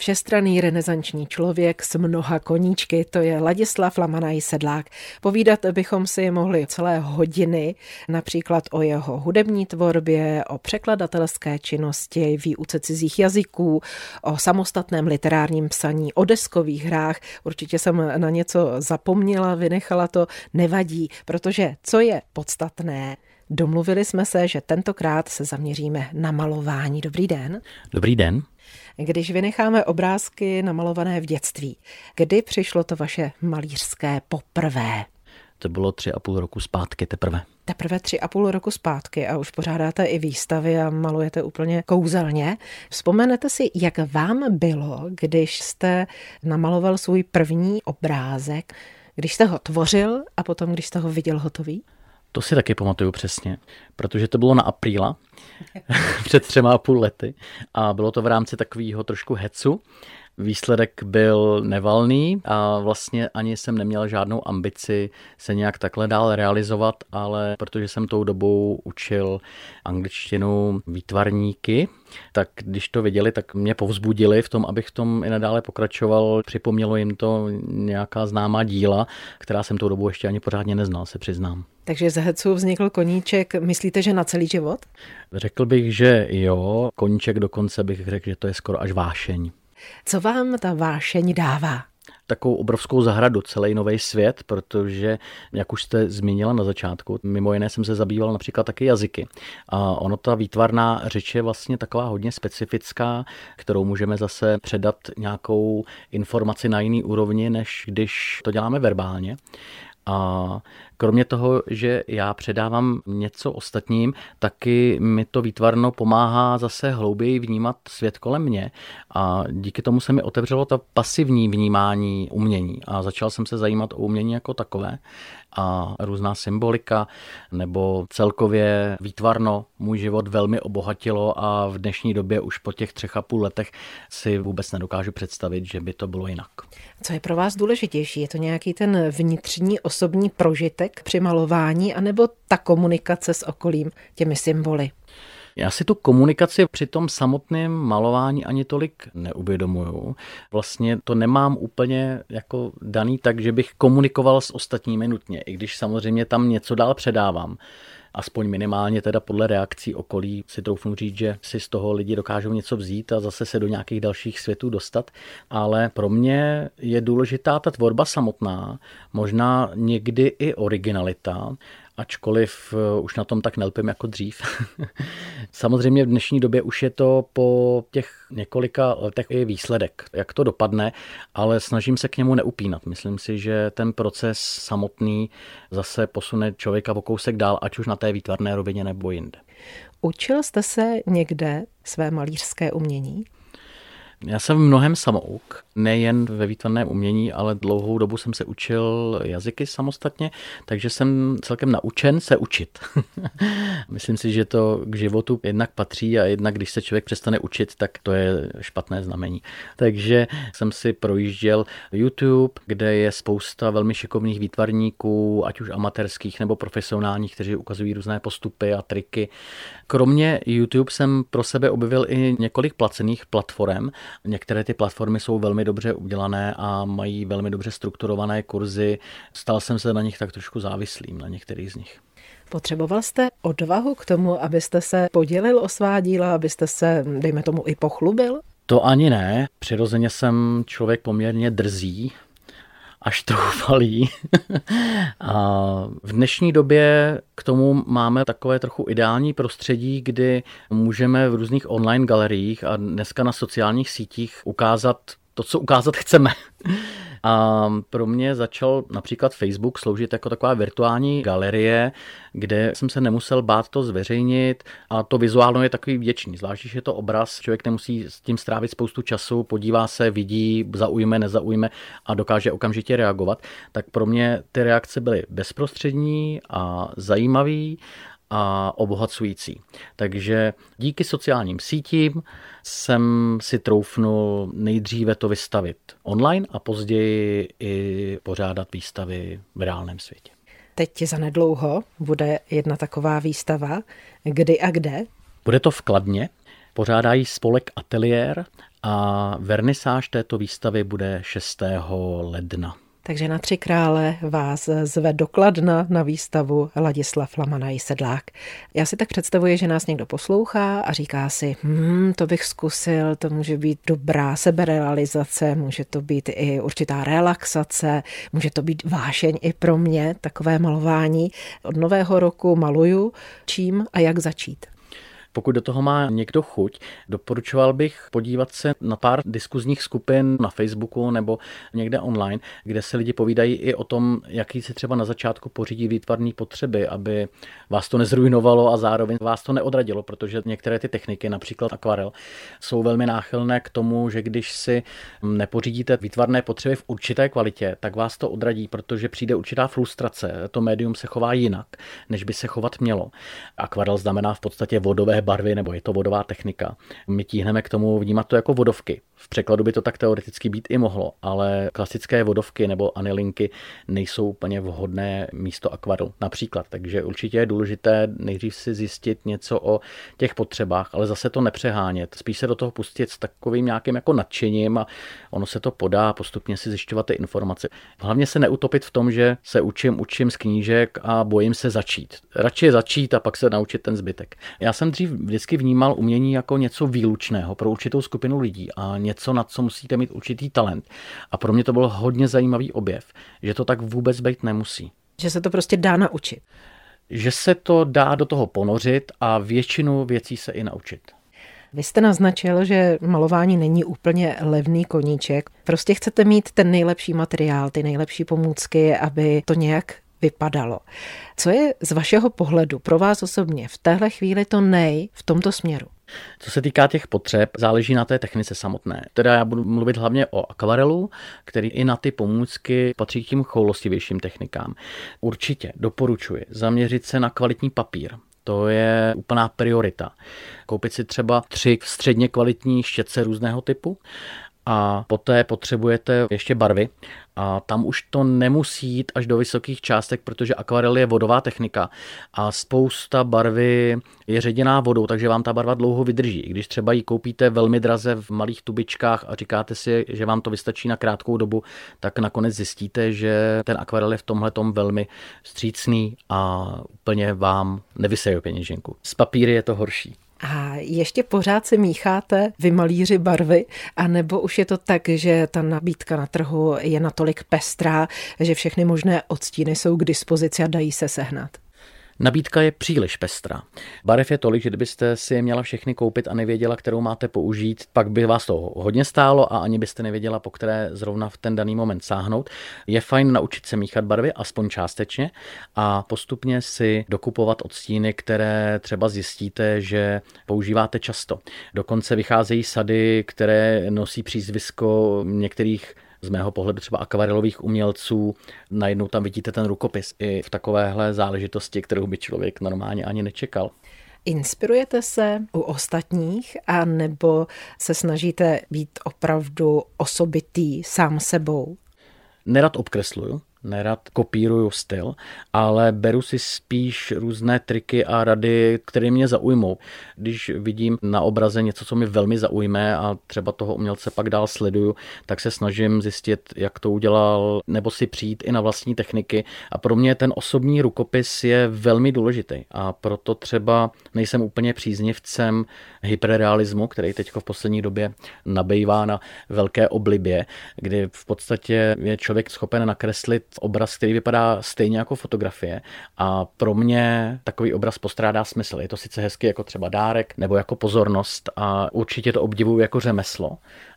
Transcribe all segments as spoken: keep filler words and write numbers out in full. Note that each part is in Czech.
Všestranný renesanční člověk s mnoha koníčky, to je Ladislav Lamanaj Sedlák. Povídat bychom si mohli celé hodiny, například o jeho hudební tvorbě, o překladatelské činnosti, výuce cizích jazyků, o samostatném literárním psaní, o deskových hrách. Určitě jsem na něco zapomněla, vynechala to, nevadí, protože co je podstatné, domluvili jsme se, že tentokrát se zaměříme na malování. Dobrý den. Dobrý den. Když vynecháme obrázky namalované v dětství, kdy přišlo to vaše malířské poprvé? To bylo tři a půl roku zpátky teprve. Teprve tři a půl roku zpátky a už pořádáte i výstavy a malujete úplně kouzelně. Vzpomenete si, jak vám bylo, když jste namaloval svůj první obrázek, když jste ho tvořil a potom, když jste ho viděl hotový? To si taky pamatuju přesně, protože to bylo na apríla před třema a půl lety a bylo to v rámci takového trošku hecu. Výsledek byl nevalný a vlastně ani jsem neměl žádnou ambici se nějak takhle dál realizovat, ale protože jsem tou dobou učil angličtinu výtvarníky, tak když to viděli, tak mě povzbudili v tom, abych v tom i nadále pokračoval. Připomnělo jim to nějaká známá díla, která jsem tou dobu ještě ani pořádně neznal, se přiznám. Takže z hecu vznikl koníček, myslíte, že na celý život? Řekl bych, že jo, koníček dokonce bych řekl, že to je skoro až vášeň. Co vám ta vášeň dává? Takovou obrovskou zahradu, celý nový svět, protože, jak už jste zmínila na začátku, mimo jiné jsem se zabýval například taky jazyky. A ono, ta výtvarná řeč je vlastně taková hodně specifická, kterou můžeme zase předat nějakou informaci na jiný úrovni, než když to děláme verbálně. A kromě toho, že já předávám něco ostatním, taky mi to výtvarno pomáhá zase hlouběji vnímat svět kolem mě a díky tomu se mi otevřelo to pasivní vnímání umění a začal jsem se zajímat o umění jako takové a různá symbolika nebo celkově výtvarno můj život velmi obohatilo a v dnešní době už po těch třech a půl letech si vůbec nedokážu představit, že by to bylo jinak. Co je pro vás důležitější? Je to nějaký ten vnitřní osobní prožitek při malování anebo ta komunikace s okolím, těmi symboly? Já si tu komunikaci při tom samotném malování ani tolik neuvědomuju. Vlastně to nemám úplně jako daný tak, že bych komunikoval s ostatními nutně, i když samozřejmě tam něco dál předávám. Aspoň minimálně teda podle reakcí okolí si troufnu říct, že si z toho lidi dokážou něco vzít a zase se do nějakých dalších světů dostat. Ale pro mě je důležitá ta tvorba samotná, možná někdy i originalita, ačkoliv už na tom tak nelpím jako dřív. Samozřejmě v dnešní době už je to po těch několika letech i výsledek, jak to dopadne, ale snažím se k němu neupínat. Myslím si, že ten proces samotný zase posune člověka o kousek dál, ať už na té výtvarné rovině nebo jinde. Učil jste se někde své malířské umění? Já jsem v mnohem samouk, nejen ve výtvarném umění, ale dlouhou dobu jsem se učil jazyky samostatně, takže jsem celkem naučen se učit. Myslím si, že to k životu jednak patří a jednak, když se člověk přestane učit, tak to je špatné znamení. Takže jsem si projížděl YouTube, kde je spousta velmi šikovných výtvarníků, ať už amatérských nebo profesionálních, kteří ukazují různé postupy a triky. Kromě YouTube jsem pro sebe objevil i několik placených platform. Některé ty platformy jsou velmi dobře udělané a mají velmi dobře strukturované kurzy. Stal jsem se na nich tak trošku závislým, na některých z nich. Potřeboval jste odvahu k tomu, abyste se podělil o svá díla, abyste se, dejme tomu, i pochlubil? To ani ne. Přirozeně jsem člověk poměrně drzý, až troufalý. A v dnešní době k tomu máme takové trochu ideální prostředí, kdy můžeme v různých online galeriích a dneska na sociálních sítích ukázat to, co ukázat chceme. A pro mě začal například Facebook sloužit jako taková virtuální galerie, kde jsem se nemusel bát to zveřejnit a to vizuálno je takový vděčný. Zvlášť, když je to obraz, člověk nemusí s tím strávit spoustu času, podívá se, vidí, zaujme, nezaujme a dokáže okamžitě reagovat. Tak pro mě ty reakce byly bezprostřední a zajímavý a obohacující. Takže díky sociálním sítím jsem si troufnul nejdříve to vystavit online a později i pořádat výstavy v reálném světě. Teď zanedlouho bude jedna taková výstava. Kdy a kde? Bude to v Kladně. Pořádají spolek Ateliér a vernisáž této výstavy bude šestého ledna. Takže na Tři krále vás zve do Kladna na výstavu Ladislav Lamanaj Sedlák. Já si tak představuji, že nás někdo poslouchá a říká si, hm, to bych zkusil, to může být dobrá seberealizace, může to být i určitá relaxace, může to být vášeň i pro mě, takové malování. Od nového roku maluju, čím a jak začít. Pokud do toho má někdo chuť, doporučoval bych podívat se na pár diskuzních skupin na Facebooku nebo někde online, kde se lidi povídají i o tom, jaký si třeba na začátku pořídí výtvarné potřeby, aby vás to nezrujnovalo a zároveň vás to neodradilo, protože některé ty techniky, například akvarel, jsou velmi náchylné k tomu, že když si nepořídíte výtvarné potřeby v určité kvalitě, tak vás to odradí, protože přijde určitá frustrace. To médium se chová jinak, než by se chovat mělo. Akvarel znamená v podstatě vodové barvy, nebo je to vodová technika. My tíhneme k tomu vnímat to jako vodovky. V překladu by to tak teoreticky být i mohlo, ale klasické vodovky nebo anilinky nejsou úplně vhodné místo akvarelu například. Takže určitě je důležité nejdřív si zjistit něco o těch potřebách, ale zase to nepřehánět. Spíš se do toho pustit s takovým nějakým jako nadšením a ono se to podá, postupně si zjišťovat ty informace. Hlavně se neutopit v tom, že se učím, učím z knížek a bojím se začít. Radši začít a pak se naučit ten zbytek. Já jsem dřív vždycky vnímal umění jako něco výlučného pro určitou skupinu lidí a něco, na co musíte mít určitý talent. A pro mě to byl hodně zajímavý objev, že to tak vůbec být nemusí. Že se to prostě dá naučit. Že se to dá do toho ponořit a většinu věcí se i naučit. Vy jste naznačil, že malování není úplně levný koníček. Prostě chcete mít ten nejlepší materiál, ty nejlepší pomůcky, aby to nějak vypadalo. Co je z vašeho pohledu pro vás osobně v téhle chvíli to nej v tomto směru? Co se týká těch potřeb, záleží na té technice samotné. Teda já budu mluvit hlavně o akvarelu, který i na ty pomůcky patří k tím choulostivějším technikám. Určitě doporučuji zaměřit se na kvalitní papír. To je úplná priorita. Koupit si třeba tři středně kvalitní štětce různého typu a poté potřebujete ještě barvy. A tam už to nemusí jít až do vysokých částek, protože akvarel je vodová technika a spousta barvy je ředěná vodou, takže vám ta barva dlouho vydrží. I když třeba ji koupíte velmi draze v malých tubičkách a říkáte si, že vám to vystačí na krátkou dobu, tak nakonec zjistíte, že ten akvarel je v tomhletom velmi vstřícný a úplně vám nevyseje peněženku. Z papíry je to horší. A ještě pořád si mícháte vy malíři barvy, anebo už je to tak, že ta nabídka na trhu je natolik pestrá, že všechny možné odstíny jsou k dispozici a dají se sehnat? Nabídka je příliš pestrá. Barev je tolik, že kdybyste si je měla všechny koupit a nevěděla, kterou máte použít, pak by vás to hodně stálo a ani byste nevěděla, po které zrovna v ten daný moment sáhnout. Je fajn naučit se míchat barvy, aspoň částečně, a postupně si dokupovat odstíny, které třeba zjistíte, že používáte často. Dokonce vycházejí sady, které nosí přízvisko některých z mého pohledu třeba akvarelových umělců, najednou tam vidíte ten rukopis i v takovéhle záležitosti, kterou by člověk normálně ani nečekal. Inspirujete se u ostatních a nebo se snažíte být opravdu osobitý sám sebou? Nerad obkresluju. Nerad kopíruju styl, ale beru si spíš různé triky a rady, které mě zaujmou. Když vidím na obraze něco, co mi velmi zaujme a třeba toho umělce pak dál sleduju, tak se snažím zjistit, jak to udělal, nebo si přijít i na vlastní techniky. A pro mě ten osobní rukopis je velmi důležitý a proto třeba nejsem úplně příznivcem hyperrealismu, který teď v poslední době nabývá na velké oblibě, kdy v podstatě je člověk schopen nakreslit obraz, který vypadá stejně jako fotografie, a pro mě takový obraz postrádá smysl. Je to sice hezky jako třeba dárek nebo jako pozornost a určitě to obdivuju jako řemeslo,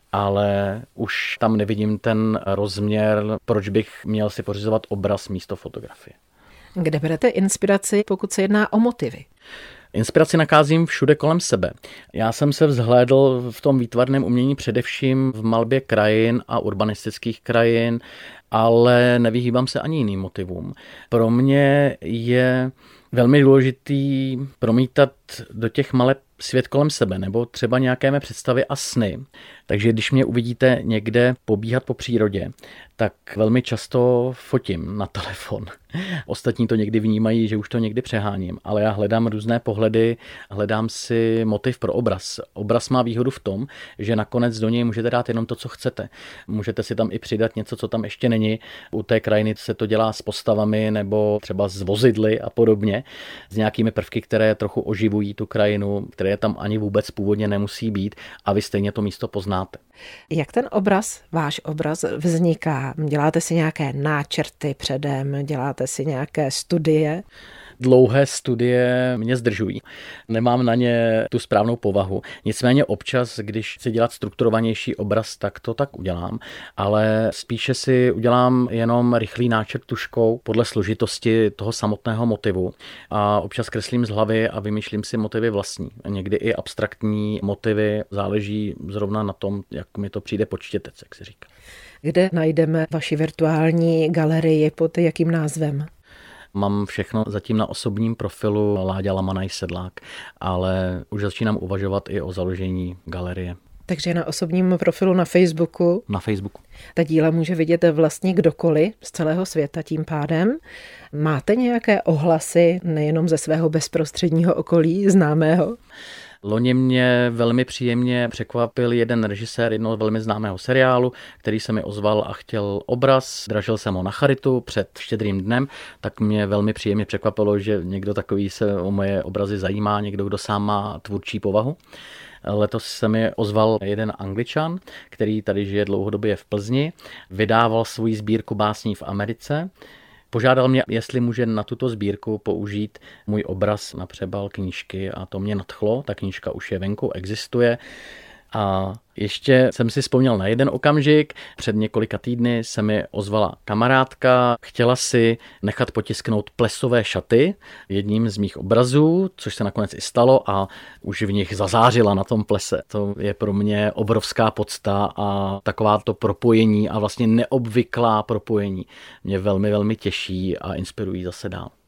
ale už tam nevidím ten rozměr, proč bych měl si pořizovat obraz místo fotografie. Kde berete inspiraci, pokud se jedná o motivy? Inspiraci nacházím všude kolem sebe. Já jsem se vzhlédl v tom výtvarném umění především v malbě krajin a urbanistických krajin, ale nevyhýbám se ani jiným motivům. Pro mě je velmi důležitý promítat do těch maleb svět kolem sebe nebo třeba nějaké mé představy a sny. Takže když mě uvidíte někde pobíhat po přírodě, tak velmi často fotím na telefon. Ostatní to někdy vnímají, že už to někdy přeháním, ale já hledám různé pohledy, hledám si motiv pro obraz. Obraz má výhodu v tom, že nakonec do něj můžete dát jenom to, co chcete. Můžete si tam i přidat něco, co tam ještě není. U té krajiny se to dělá s postavami nebo třeba s vozidly a podobně, s nějakými prvky, které trochu oživují tu krajinu, které tam ani vůbec původně nemusí být a vy stejně to místo poznáte. Jak ten obraz, váš obraz vzniká? Děláte si nějaké náčrty předem, děláte si nějaké studie? Dlouhé studie mě zdržují. Nemám na ně tu správnou povahu. Nicméně občas, když chci dělat strukturovanější obraz, tak to tak udělám, ale spíše si udělám jenom rychlý náčrt tuškou podle složitosti toho samotného motivu a občas kreslím z hlavy a vymýšlím si motivy vlastní. Někdy i abstraktní motivy, záleží zrovna na tom, jak mi to přijde počtětec, jak se říká. Kde najdeme vaši virtuální galerii, pod jakým názvem? Mám všechno zatím na osobním profilu Láďa Lamanaj Sedlák, ale už začínám uvažovat i o založení galerie. Takže na osobním profilu na Facebooku. Na Facebooku. Ta díla může vidět vlastně kdokoliv z celého světa tím pádem. Máte nějaké ohlasy nejenom ze svého bezprostředního okolí známého? Loni mě velmi příjemně překvapil jeden režisér jednoho velmi známého seriálu, který se mi ozval a chtěl obraz. Dražil jsem ho na charitu před Štědrým dnem, tak mě velmi příjemně překvapilo, že někdo takový se o moje obrazy zajímá, někdo, kdo sám má tvůrčí povahu. Letos se mi ozval jeden Angličan, který tady žije dlouhodobě v Plzni, vydával svou sbírku básní v Americe. Požádal mě, jestli může na tuto sbírku použít můj obraz na přebal knížky a to mě nadchlo. Ta knížka už je venku, existuje. A ještě jsem si vzpomněl na jeden okamžik. Před několika týdny se mi ozvala kamarádka, chtěla si nechat potisknout plesové šaty jedním z mých obrazů, což se nakonec i stalo a už v nich zazářila na tom plese. To je pro mě obrovská podsta a takováto propojení a vlastně neobvyklá propojení mě velmi, velmi těší a inspirují zase dál.